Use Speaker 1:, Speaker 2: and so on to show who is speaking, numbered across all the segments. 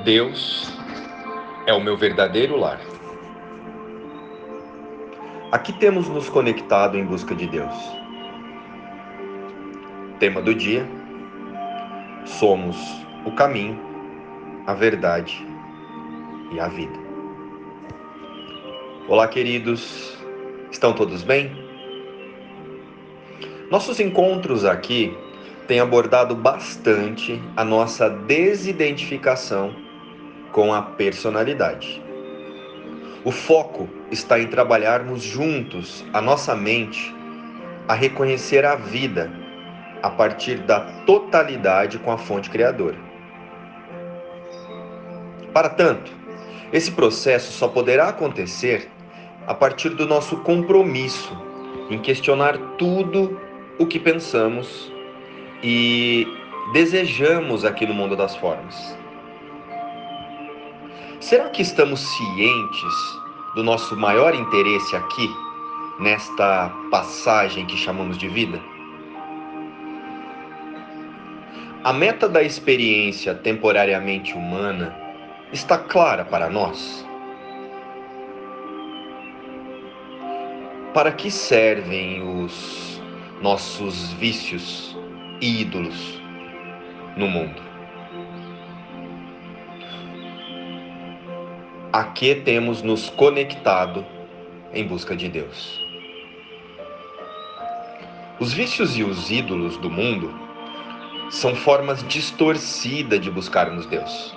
Speaker 1: Deus é o meu verdadeiro lar. Aqui temos nos conectado em busca de Deus. Tema do dia: somos o caminho, a verdade e a vida. Olá, queridos, estão todos bem? Nossos encontros aqui têm abordado bastante a nossa desidentificação com a personalidade. O foco está em trabalharmos juntos a nossa mente a reconhecer a vida a partir da totalidade com a fonte criadora. Para tanto, esse processo só poderá acontecer a partir do nosso compromisso em questionar tudo o que pensamos e desejamos aqui no mundo das formas. Será que estamos cientes do nosso maior interesse aqui, nesta passagem que chamamos de vida? A meta da experiência temporariamente humana está clara para nós? Para que servem os nossos vícios e ídolos no mundo? A que temos nos conectado em busca de Deus? Os vícios e os ídolos do mundo são formas distorcidas de buscarmos Deus.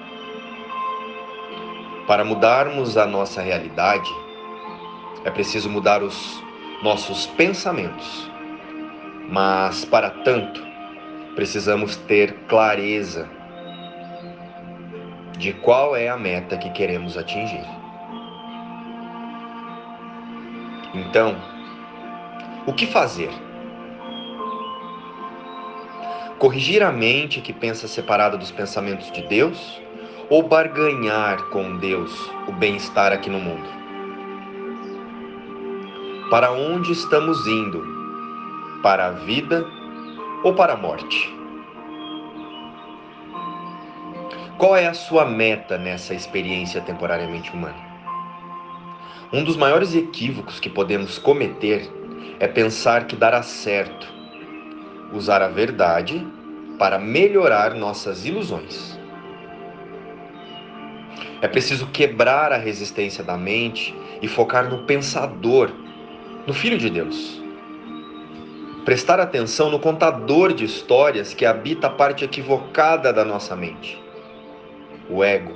Speaker 1: Para mudarmos a nossa realidade, é preciso mudar os nossos pensamentos. Mas, para tanto, precisamos ter clareza de qual é a meta que queremos atingir. Então, o que fazer? Corrigir a mente que pensa separada dos pensamentos de Deus ou barganhar com Deus o bem-estar aqui no mundo? Para onde estamos indo? Para a vida ou para a morte? Qual é a sua meta nessa experiência temporariamente humana? Um dos maiores equívocos que podemos cometer é pensar que dará certo usar a verdade para melhorar nossas ilusões. É preciso quebrar a resistência da mente e focar no pensador, no Filho de Deus. Prestar atenção no contador de histórias que habita a parte equivocada da nossa mente, o ego,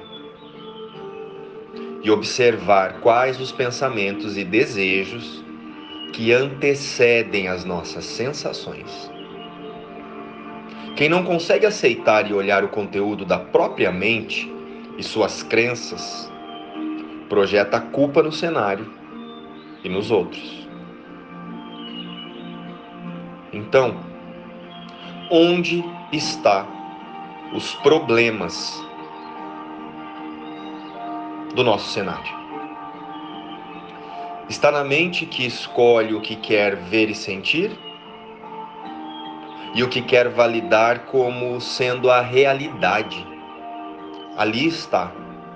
Speaker 1: e observar quais os pensamentos e desejos que antecedem as nossas sensações. Quem não consegue aceitar e olhar o conteúdo da própria mente e suas crenças, projeta a culpa no cenário e nos outros. Então, onde estão os problemas do nosso cenário? Está na mente que escolhe o que quer ver e sentir e o que quer validar como sendo a realidade. Ali está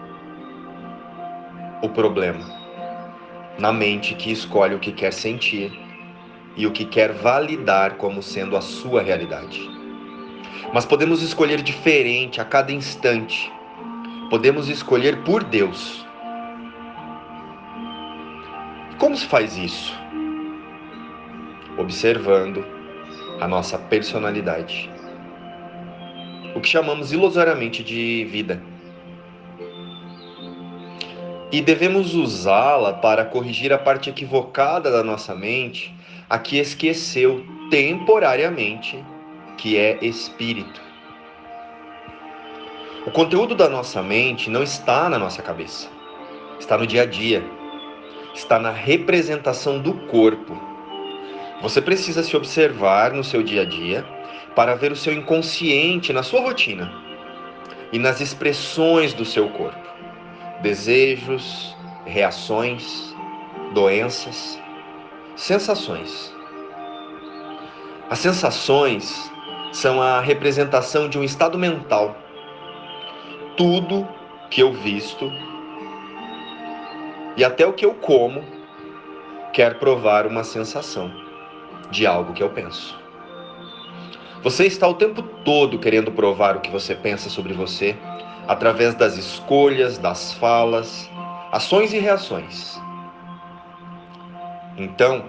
Speaker 1: o problema, na mente que escolhe o que quer sentir e o que quer validar como sendo a sua realidade. Mas podemos escolher diferente a cada instante. Podemos escolher por Deus. Como se faz isso? Observando a nossa personalidade, o que chamamos ilusoriamente de vida. E devemos usá-la para corrigir a parte equivocada da nossa mente, a que esqueceu temporariamente que é espírito. O conteúdo da nossa mente não está na nossa cabeça, está no dia a dia, está na representação do corpo. Você precisa se observar no seu dia a dia para ver o seu inconsciente na sua rotina e nas expressões do seu corpo. Desejos, reações, doenças, sensações. As sensações são a representação de um estado mental. tudo que eu visto e até o que eu como quer provar uma sensação de algo que eu penso. Você está o tempo todo querendo provar o que você pensa sobre você, através das escolhas, das falas, ações e reações. Então,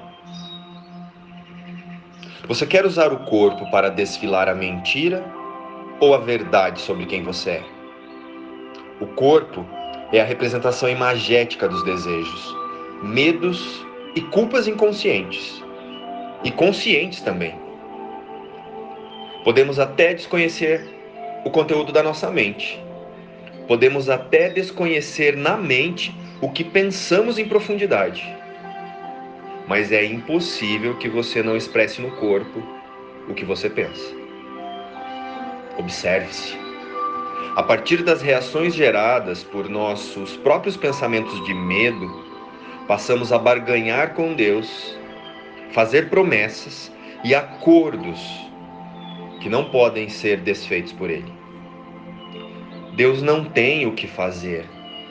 Speaker 1: você quer usar o corpo para desfilar a mentira ou a verdade sobre quem você é? O corpo é a representação imagética dos desejos, medos e culpas inconscientes, e conscientes também. Podemos até desconhecer o conteúdo da nossa mente. Podemos até desconhecer na mente o que pensamos em profundidade. Mas é impossível que você não expresse no corpo o que você pensa. Observe-se. A partir das reações geradas por nossos próprios pensamentos de medo, passamos a barganhar com Deus, fazer promessas e acordos que não podem ser desfeitos por Ele. Deus não tem o que fazer,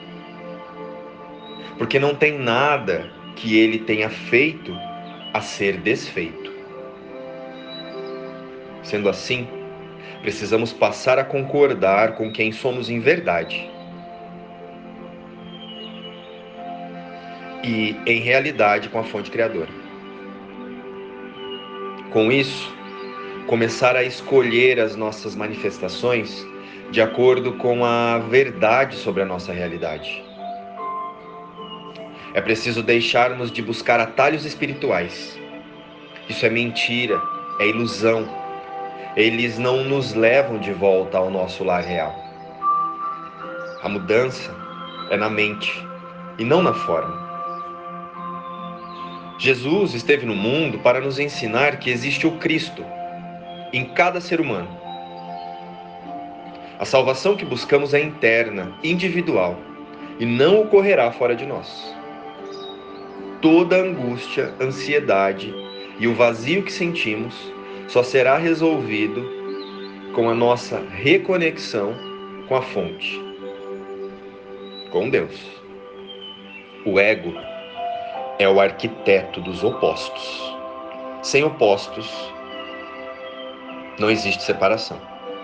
Speaker 1: porque não tem nada que Ele tenha feito a ser desfeito. Sendo assim, precisamos passar a concordar com quem somos em verdade. E, em realidade, com a fonte criadora. Com isso, começar a escolher as nossas manifestações de acordo com a verdade sobre a nossa realidade. É preciso deixarmos de buscar atalhos espirituais. Isso é mentira, é ilusão. Eles não nos levam de volta ao nosso lar real. A mudança é na mente e não na forma. Jesus esteve no mundo para nos ensinar que existe o Cristo em cada ser humano. A salvação que buscamos é interna, individual, e não ocorrerá fora de nós. Toda angústia, ansiedade e o vazio que sentimos só será resolvido com a nossa reconexão com a fonte, com Deus. O ego é o arquiteto dos opostos. Sem opostos, não existe separação.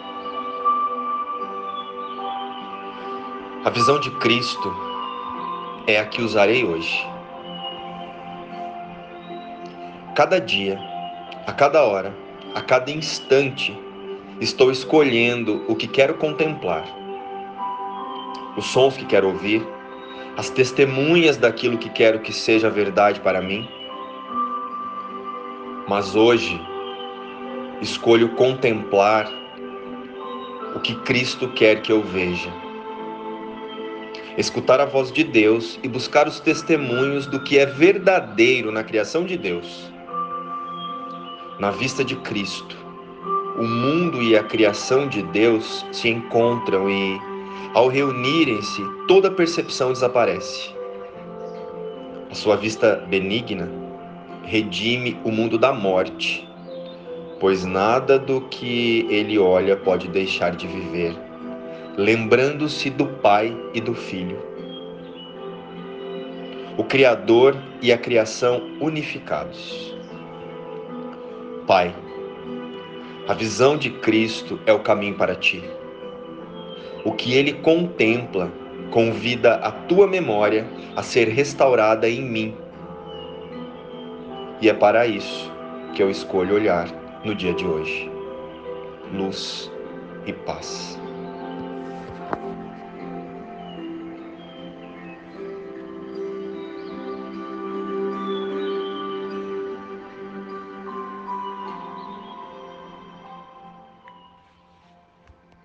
Speaker 1: A visão de Cristo é a que usarei hoje. Cada dia, a cada hora, a cada instante, estou escolhendo o que quero contemplar, os sons que quero ouvir, as testemunhas daquilo que quero que seja verdade para mim. Mas hoje, escolho contemplar o que Cristo quer que eu veja. Escutar a voz de Deus e buscar os testemunhos do que é verdadeiro na criação de Deus. Na vista de Cristo, o mundo e a criação de Deus se encontram e, ao reunirem-se, toda percepção desaparece. A sua vista benigna redime o mundo da morte, pois nada do que ele olha pode deixar de viver, lembrando-se do Pai e do Filho. O Criador e a criação unificados. Pai, a visão de Cristo é o caminho para ti. O que ele contempla convida a tua memória a ser restaurada em mim. E é para isso que eu escolho olhar no dia de hoje. Luz e paz.